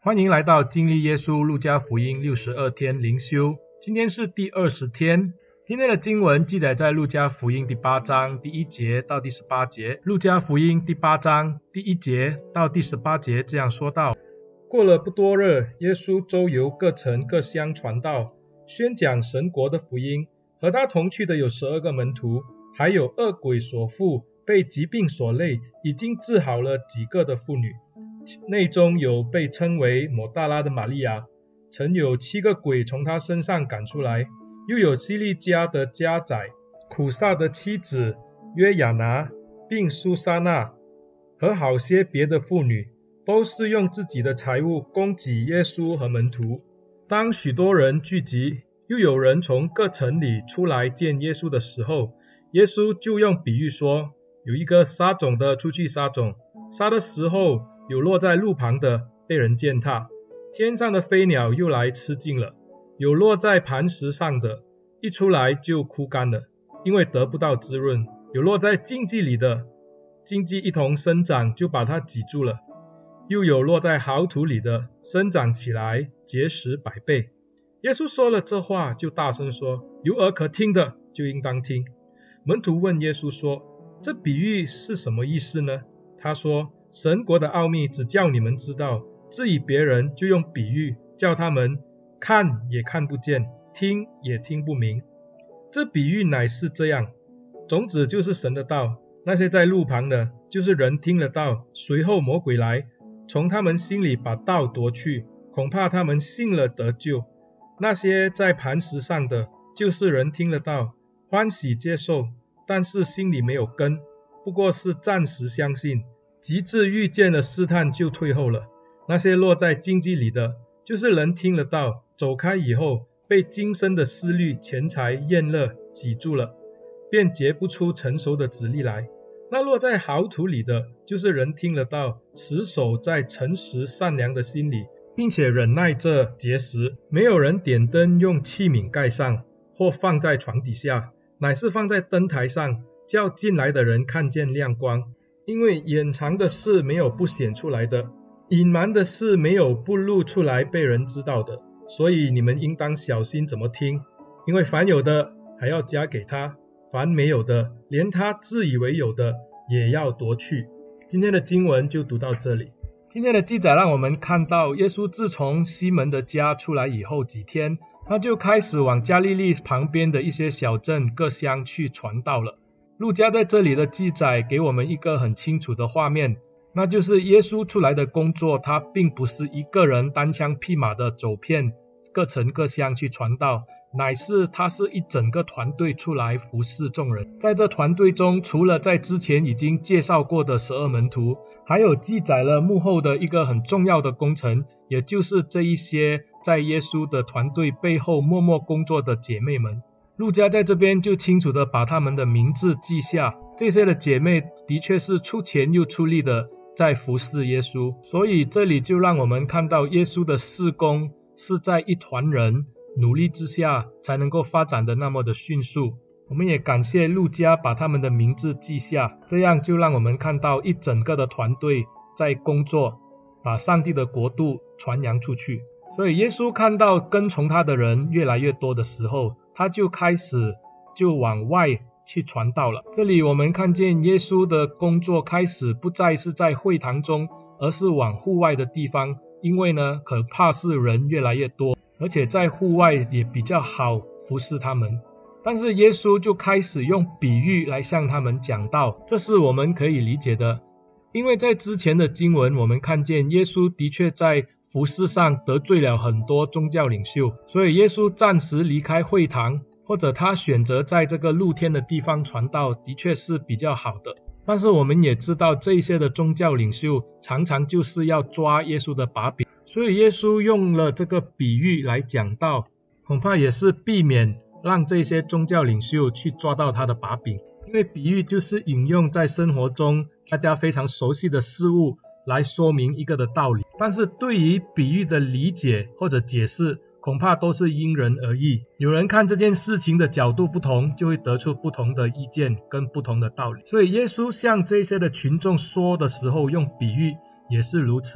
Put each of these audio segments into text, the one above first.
欢迎来到经历耶稣路加福音62天灵修，今天是第20天。今天的经文记载在路加福音第8章第1节到第18节。路加福音第8章第1节到第18节这样说道：过了不多日，耶稣周游各城各乡传道，宣讲神国的福音。和他同去的有12个门徒，还有恶鬼所附、被疾病所累、已经治好了几个的妇女。内中有被称为抹大拉的玛利亚，曾有7个鬼从她身上赶出来，又有西利加的家宰、苦撒的妻子约亚拿，并苏珊娜和好些别的妇女，都是用自己的财物供给耶稣和门徒。当许多人聚集，又有人从各城里出来见耶稣的时候，耶稣就用比喻说，有一个撒种的出去撒种，撒的时候，有落在路旁的，被人践踏，天上的飞鸟又来吃尽了；有落在磐石上的，一出来就枯干了，因为得不到滋润；有落在荆棘里的，荆棘一同生长，就把它挤住了；又有落在好土里的，生长起来，结实100倍。耶稣说了这话，就大声说，有耳可听的，就应当听。门徒问耶稣说，这比喻是什么意思呢？他说，神国的奥秘只叫你们知道，至于别人就用比喻，叫他们看也看不见，听也听不明。这比喻乃是这样，种子就是神的道，那些在路旁的，就是人听了道，随后魔鬼来，从他们心里把道夺去，恐怕他们信了得救。那些在磐石上的，就是人听了道，欢喜接受，但是心里没有根，不过是暂时相信，及至遇见了试探就退后了。那些落在荆棘里的，就是人听了道，走开以后，被今生的思虑、钱财、厌乐挤住了，便结不出成熟的子粒来。那落在好土里的，就是人听了道，持守在诚实善良的心里，并且忍耐着结实。没有人点灯用器皿盖上，或放在床底下，乃是放在灯台上，叫进来的人看见亮光。因为掩藏的事没有不显出来的，隐瞒的事没有不露出来被人知道的。所以你们应当小心怎么听，因为凡有的还要加给他，凡没有的，连他自以为有的也要夺去。今天的经文就读到这里。今天的记载让我们看到，耶稣自从西门的家出来以后几天，他就开始往加利利旁边的一些小镇各乡去传道了。路加在这里的记载给我们一个很清楚的画面，那就是耶稣出来的工作，他并不是一个人单枪匹马的走遍各城各乡去传道，乃是他是一整个团队出来服侍众人。在这团队中，除了在之前已经介绍过的12门徒，还有记载了幕后的一个很重要的工程，也就是这一些在耶稣的团队背后默默工作的姐妹们。路加在这边就清楚地把他们的名字记下，这些的姐妹的确是出钱又出力的在服侍耶稣，所以这里就让我们看到耶稣的事工是在一团人努力之下才能够发展的那么的迅速。我们也感谢路加把他们的名字记下，这样就让我们看到一整个的团队在工作，把上帝的国度传扬出去。所以耶稣看到跟从他的人越来越多的时候，他就开始往外去传道了。这里我们看见耶稣的工作开始不再是在会堂中，而是往户外的地方，因为呢，可怕是人越来越多，而且在户外也比较好服侍他们。但是耶稣就开始用比喻来向他们讲道，这是我们可以理解的。因为在之前的经文我们看见耶稣的确在服事上得罪了很多宗教领袖，所以耶稣暂时离开会堂，或者他选择在这个露天的地方传道，的确是比较好的。但是我们也知道这些的宗教领袖常常就是要抓耶稣的把柄，所以耶稣用了这个比喻来讲道，恐怕也是避免让这些宗教领袖去抓到他的把柄。因为比喻就是引用在生活中大家非常熟悉的事物来说明一个的道理，但是对于比喻的理解或者解释，恐怕都是因人而异。有人看这件事情的角度不同，就会得出不同的意见跟不同的道理。所以耶稣向这些的群众说的时候，用比喻也是如此。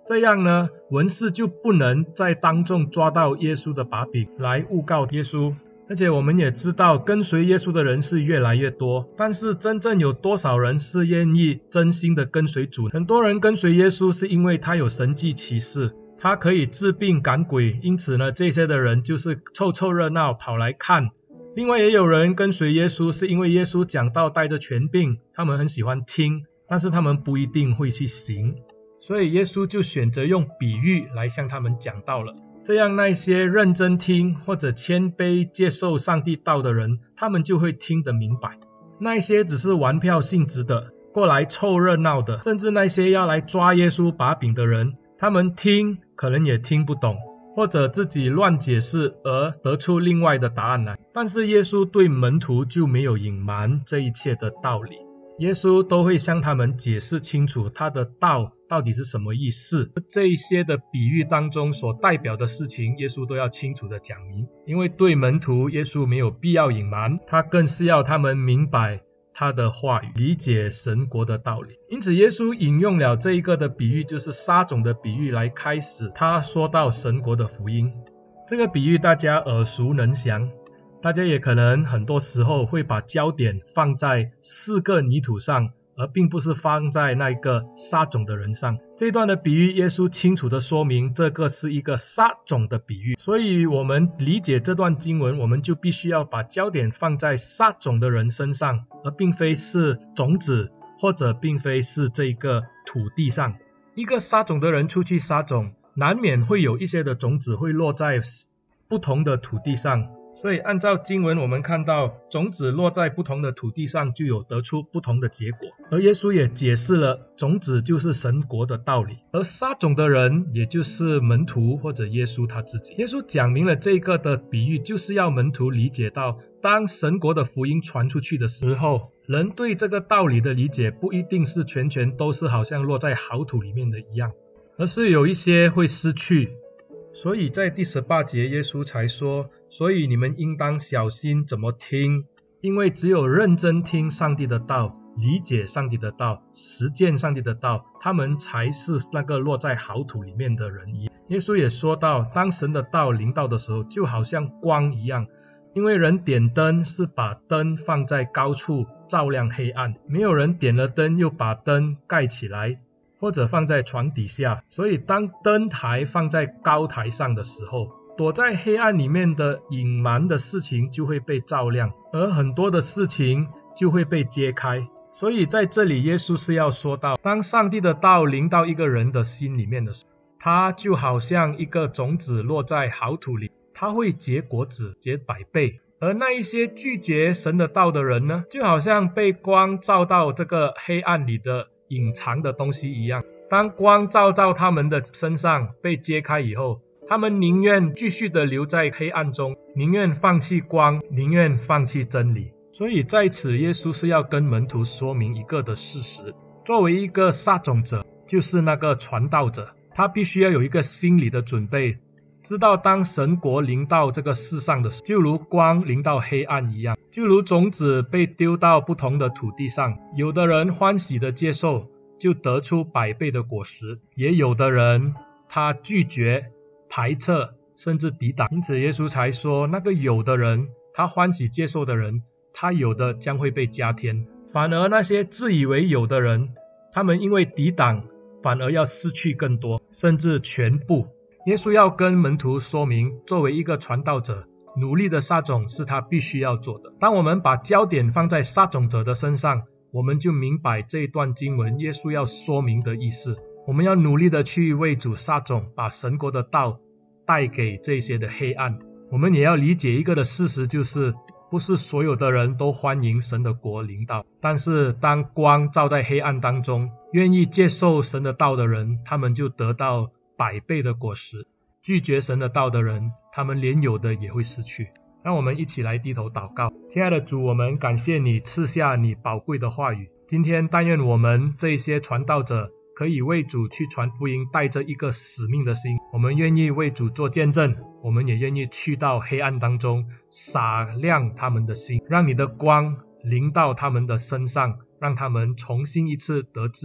这样呢，文士就不能在当众抓到耶稣的把柄来诬告耶稣。而且我们也知道，跟随耶稣的人是越来越多，但是真正有多少人是愿意真心的跟随主？很多人跟随耶稣是因为他有神迹奇事，他可以治病赶鬼，因此呢，这些的人就是凑热闹跑来看。另外也有人跟随耶稣是因为耶稣讲道带着权柄，他们很喜欢听，但是他们不一定会去行，所以耶稣就选择用比喻来向他们讲道了。这样那些认真听或者谦卑接受上帝道的人，他们就会听得明白。那些只是玩票性质的，过来凑热闹的，甚至那些要来抓耶稣把柄的人，他们听可能也听不懂，或者自己乱解释而得出另外的答案来。但是耶稣对门徒就没有隐瞒这一切的道理，耶稣都会向他们解释清楚他的道到底是什么意思。这一些的比喻当中所代表的事情，耶稣都要清楚的讲明，因为对门徒耶稣没有必要隐瞒，他更是要他们明白他的话语，理解神国的道理。因此耶稣引用了这一个的比喻，就是撒种的比喻，来开始他说到神国的福音。这个比喻大家耳熟能详，大家也可能很多时候会把焦点放在4个泥土上，而并不是放在那个撒种的人上。这段的比喻耶稣清楚的说明，这个是一个撒种的比喻，所以我们理解这段经文，我们就必须要把焦点放在撒种的人身上，而并非是种子，或者并非是这个土地上。一个撒种的人出去撒种，难免会有一些的种子会落在不同的土地上，所以按照经文我们看到，种子落在不同的土地上就有得出不同的结果。而耶稣也解释了种子就是神国的道理，而撒种的人也就是门徒或者耶稣他自己。耶稣讲明了这个的比喻，就是要门徒理解到，当神国的福音传出去的时候，人对这个道理的理解不一定是全都是好像落在好土里面的一样，而是有一些会失去。所以在第18节耶稣才说，所以你们应当小心怎么听，因为只有认真听上帝的道，理解上帝的道，实践上帝的道，他们才是那个落在好土里面的人。耶稣也说到，当神的道临到的时候，就好像光一样，因为人点灯是把灯放在高处照亮黑暗，没有人点了灯又把灯盖起来或者放在床底下，所以当灯台放在高台上的时候，躲在黑暗里面的隐瞒的事情就会被照亮，而很多的事情就会被揭开。所以在这里耶稣是要说到，当上帝的道临到一个人的心里面的时候，他就好像一个种子落在好土里，他会结果子，结100倍。而那一些拒绝神的道的人呢，就好像被光照到这个黑暗里的隐藏的东西一样，当光照到他们的身上被揭开以后，他们宁愿继续的留在黑暗中，宁愿放弃光，宁愿放弃真理。所以在此耶稣是要跟门徒说明一个的事实，作为一个撒种者，就是那个传道者，他必须要有一个心理的准备，知道当神国临到这个世上的时候，就如光临到黑暗一样，就如种子被丢到不同的土地上，有的人欢喜的接受，就得出100倍的果实，也有的人他拒绝、排斥甚至抵挡。因此耶稣才说，那个有的人，他欢喜接受的人，他有的将会被加添，反而那些自以为有的人，他们因为抵挡反而要失去更多，甚至全部。耶稣要跟门徒说明，作为一个传道者，努力的撒种是他必须要做的。当我们把焦点放在撒种者的身上，我们就明白这一段经文耶稣要说明的意思。我们要努力的去为主撒种，把神国的道带给这些的黑暗。我们也要理解一个的事实，就是不是所有的人都欢迎神的国临到，但是当光照在黑暗当中，愿意接受神的道的人，他们就得到100倍的果实。拒绝神的道的人，他们连有的也会失去。让我们一起来低头祷告。亲爱的主，我们感谢你赐下你宝贵的话语。今天但愿我们这些传道者可以为主去传福音，带着一个使命的心。我们愿意为主做见证，我们也愿意去到黑暗当中，洒亮他们的心，让你的光临到他们的身上，让他们重新一次得自由，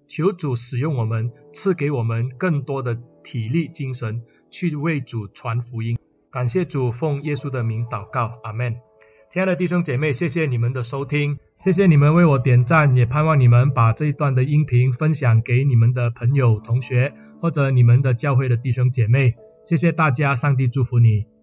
求主使用我们，赐给我们更多的体力精神，去为主传福音。感谢主，奉耶稣的名祷告，阿们。亲爱的弟兄姐妹，谢谢你们的收听，谢谢你们为我点赞，也盼望你们把这一段的音频分享给你们的朋友、同学，或者你们的教会的弟兄姐妹。谢谢大家，上帝祝福你。